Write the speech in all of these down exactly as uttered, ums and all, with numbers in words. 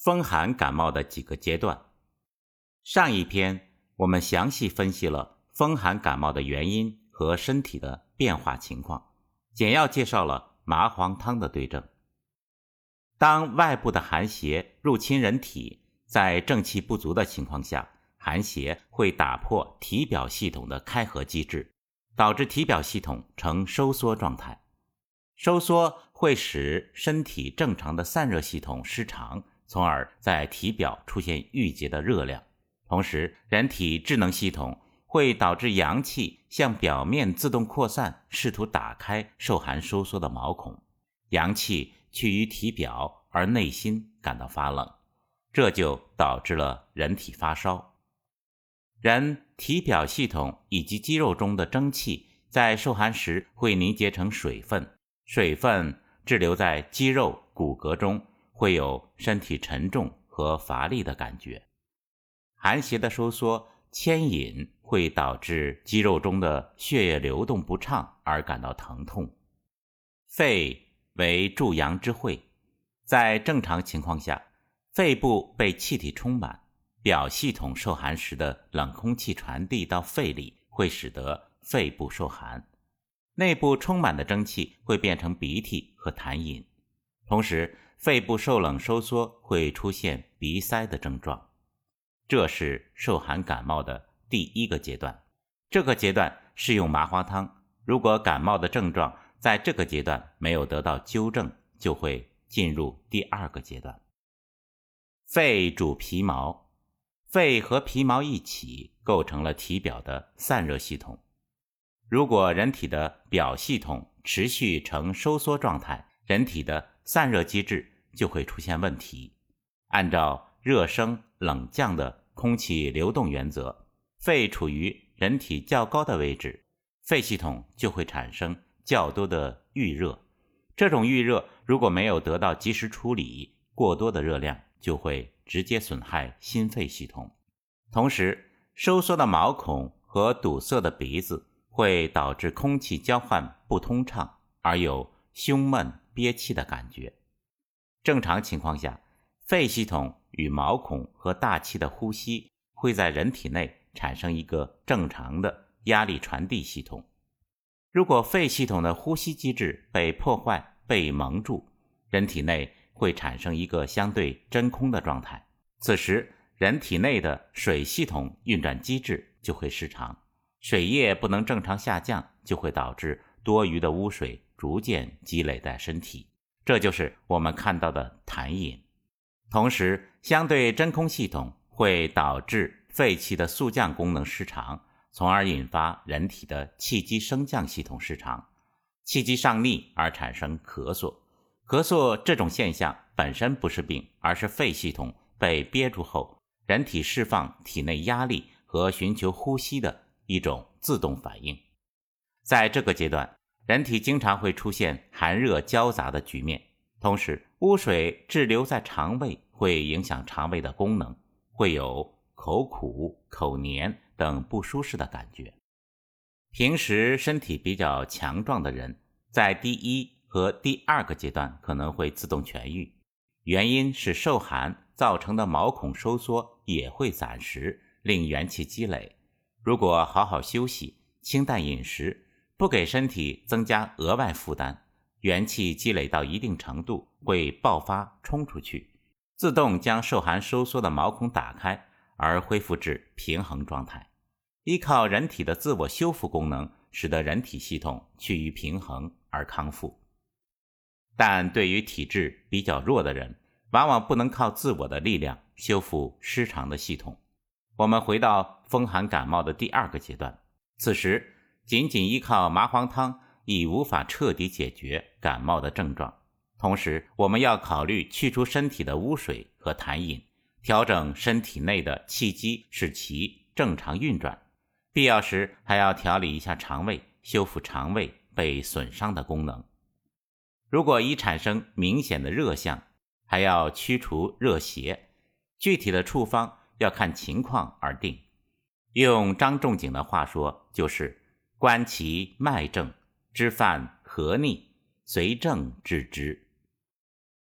风寒感冒的几个阶段。上一篇我们详细分析了风寒感冒的原因和身体的变化情况，简要介绍了麻黄汤的对症。当外部的寒邪入侵人体，在正气不足的情况下，寒邪会打破体表系统的开合机制，导致体表系统呈收缩状态。收缩会使身体正常的散热系统失常，从而在体表出现郁结的热量。同时，人体智能系统会导致阳气向表面自动扩散，试图打开受寒收缩的毛孔。阳气趋于体表，而内心感到发冷，这就导致了人体发烧。人体表系统以及肌肉中的蒸汽在受寒时会凝结成水分，水分滞留在肌肉骨骼中，会有身体沉重和乏力的感觉。寒邪的收缩牵引会导致肌肉中的血液流动不畅而感到疼痛。肺为助阳之会，在正常情况下，肺部被气体充满，表系统受寒时的冷空气传递到肺里，会使得肺部受寒。内部充满的蒸汽会变成鼻涕和痰饮，同时肺部受冷收缩会出现鼻塞的症状。这是受寒感冒的第一个阶段，这个阶段适用麻黄汤。如果感冒的症状在这个阶段没有得到纠正，就会进入第二个阶段。肺主皮毛，肺和皮毛一起构成了体表的散热系统。如果人体的表系统持续呈收缩状态，人体的散热机制就会出现问题。按照热升冷降的空气流动原则，肺处于人体较高的位置，肺系统就会产生较多的郁热。这种郁热如果没有得到及时处理，过多的热量就会直接损害心肺系统。同时，收缩的毛孔和堵塞的鼻子会导致空气交换不通畅，而有胸闷憋气的感觉。正常情况下，肺系统与毛孔和大气的呼吸会在人体内产生一个正常的压力传递系统。如果肺系统的呼吸机制被破坏、被蒙住，人体内会产生一个相对真空的状态，此时人体内的水系统运转机制就会失常，水液不能正常下降，就会导致多余的污水逐渐积累在身体，这就是我们看到的痰饮。同时，相对真空系统会导致肺气的速降功能失常，从而引发人体的气机升降系统失常，气机上逆而产生咳嗽。咳嗽这种现象本身不是病，而是肺系统被憋住后，人体释放体内压力和寻求呼吸的一种自动反应。在这个阶段，人体经常会出现寒热交杂的局面，同时污水滞留在肠胃会影响肠胃的功能，会有口苦、口黏等不舒适的感觉。平时身体比较强壮的人，在第一和第二个阶段可能会自动痊愈，原因是受寒造成的毛孔收缩也会暂时令元气积累。如果好好休息，清淡饮食，不给身体增加额外负担，元气积累到一定程度会爆发冲出去，自动将受寒收缩的毛孔打开，而恢复至平衡状态。依靠人体的自我修复功能，使得人体系统趋于平衡而康复。但对于体质比较弱的人，往往不能靠自我的力量修复失常的系统。我们回到风寒感冒的第二个阶段，此时仅仅依靠麻黄汤已无法彻底解决感冒的症状。同时，我们要考虑去除身体的污水和痰饮，调整身体内的气机，使其正常运转。必要时还要调理一下肠胃，修复肠胃被损伤的功能。如果已产生明显的热象，还要驱除热邪，具体的处方要看情况而定。用张仲景的话说，就是观其脉症，知犯何逆，随症治之。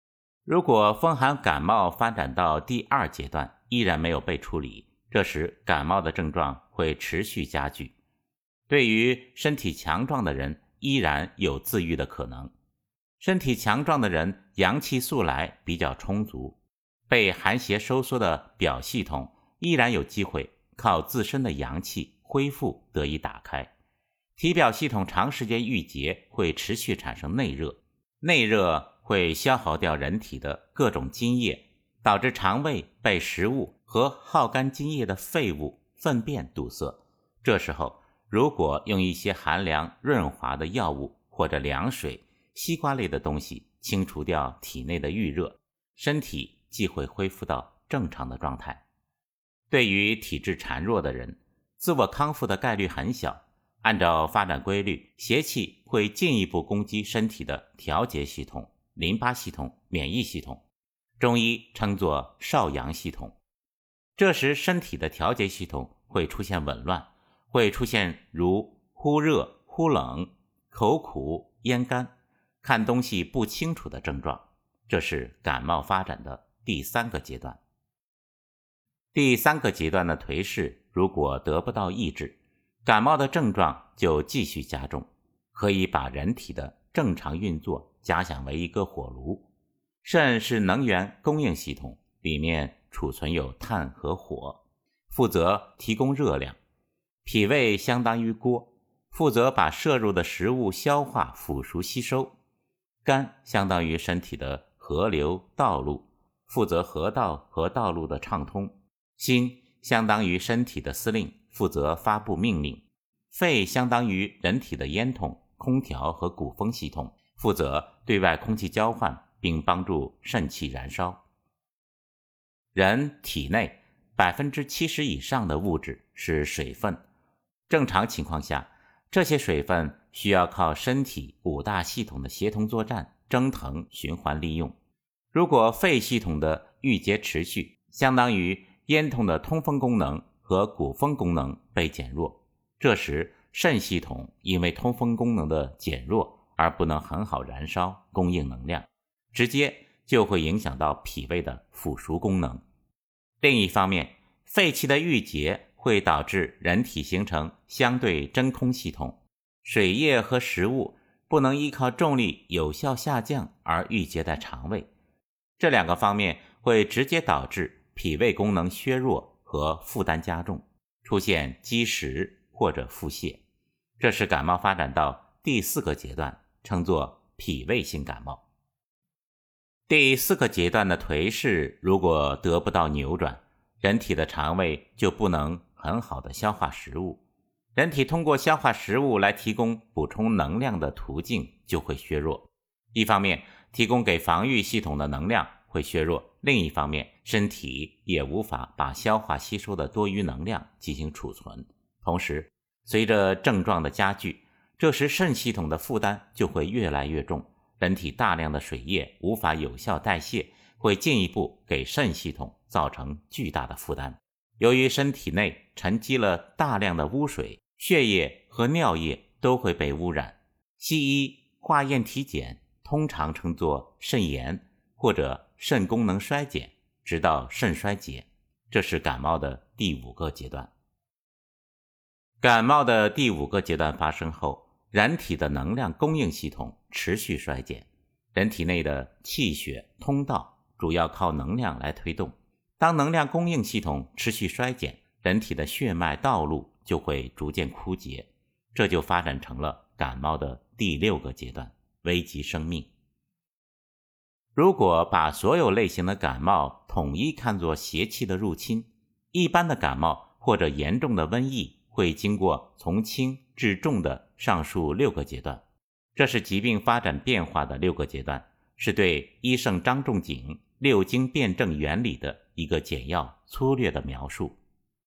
如果风寒感冒发展到第二阶段依然没有被处理，这时感冒的症状会持续加剧。对于身体强壮的人，依然有自愈的可能。身体强壮的人阳气素来比较充足，被寒邪收缩的表系统依然有机会靠自身的阳气恢复得以打开。体表系统长时间郁结会持续产生内热，内热会消耗掉人体的各种津液，导致肠胃被食物和耗干津液的废物粪便堵塞。这时候如果用一些寒凉润滑的药物或者凉水、西瓜类的东西清除掉体内的郁热，身体即会恢复到正常的状态。对于体质孱弱的人，自我康复的概率很小。按照发展规律，邪气会进一步攻击身体的调节系统、淋巴系统、免疫系统，中医称作少阳系统。这时身体的调节系统会出现紊乱，会出现如忽热忽冷、口苦咽干、看东西不清楚的症状，这是感冒发展的第三个阶段。第三个阶段的颓势如果得不到抑制，感冒的症状就继续加重，可以把人体的正常运作假想为一个火炉。肾是能源供应系统，里面储存有碳和火，负责提供热量。脾胃相当于锅，负责把摄入的食物消化、腐熟、吸收。肝相当于身体的河流、道路，负责河道和道路的畅通。心相当于身体的司令，负责发布命令。肺相当于人体的烟筒、空调和鼓风系统，负责对外空气交换并帮助肾气燃烧。人体内 百分之七十 以上的物质是水分，正常情况下，这些水分需要靠身体五大系统的协同作战、蒸腾、循环利用。如果肺系统的郁结持续，相当于烟筒的通风功能和鼓风功能被减弱，这时肾系统因为通风功能的减弱而不能很好燃烧供应能量，直接就会影响到脾胃的腐熟功能。另一方面，肺气的郁结会导致人体形成相对真空系统，水液和食物不能依靠重力有效下降而郁结在肠胃，这两个方面会直接导致脾胃功能削弱和负担加重，出现积食或者腹泻。这是感冒发展到第四个阶段，称作脾胃性感冒。第四个阶段的颓势如果得不到扭转，人体的肠胃就不能很好的消化食物，人体通过消化食物来提供补充能量的途径就会削弱。一方面，提供给防御系统的能量会削弱，另一方面，身体也无法把消化吸收的多余能量进行储存。同时，随着症状的加剧，这时肾系统的负担就会越来越重，人体大量的水液无法有效代谢，会进一步给肾系统造成巨大的负担。由于身体内沉积了大量的污水，血液和尿液都会被污染。西医化验体检通常称作肾炎或者肾功能衰减，直到肾衰竭。这是感冒的第五个阶段。感冒的第五个阶段发生后，人体的能量供应系统持续衰减，人体内的气血通道主要靠能量来推动。当能量供应系统持续衰减，人体的血脉道路就会逐渐枯竭，这就发展成了感冒的第六个阶段，危及生命。如果把所有类型的感冒统一看作邪气的入侵，一般的感冒或者严重的瘟疫会经过从轻至重的上述六个阶段。这是疾病发展变化的六个阶段，是对医圣张仲景六经辩证原理的一个简要粗略的描述。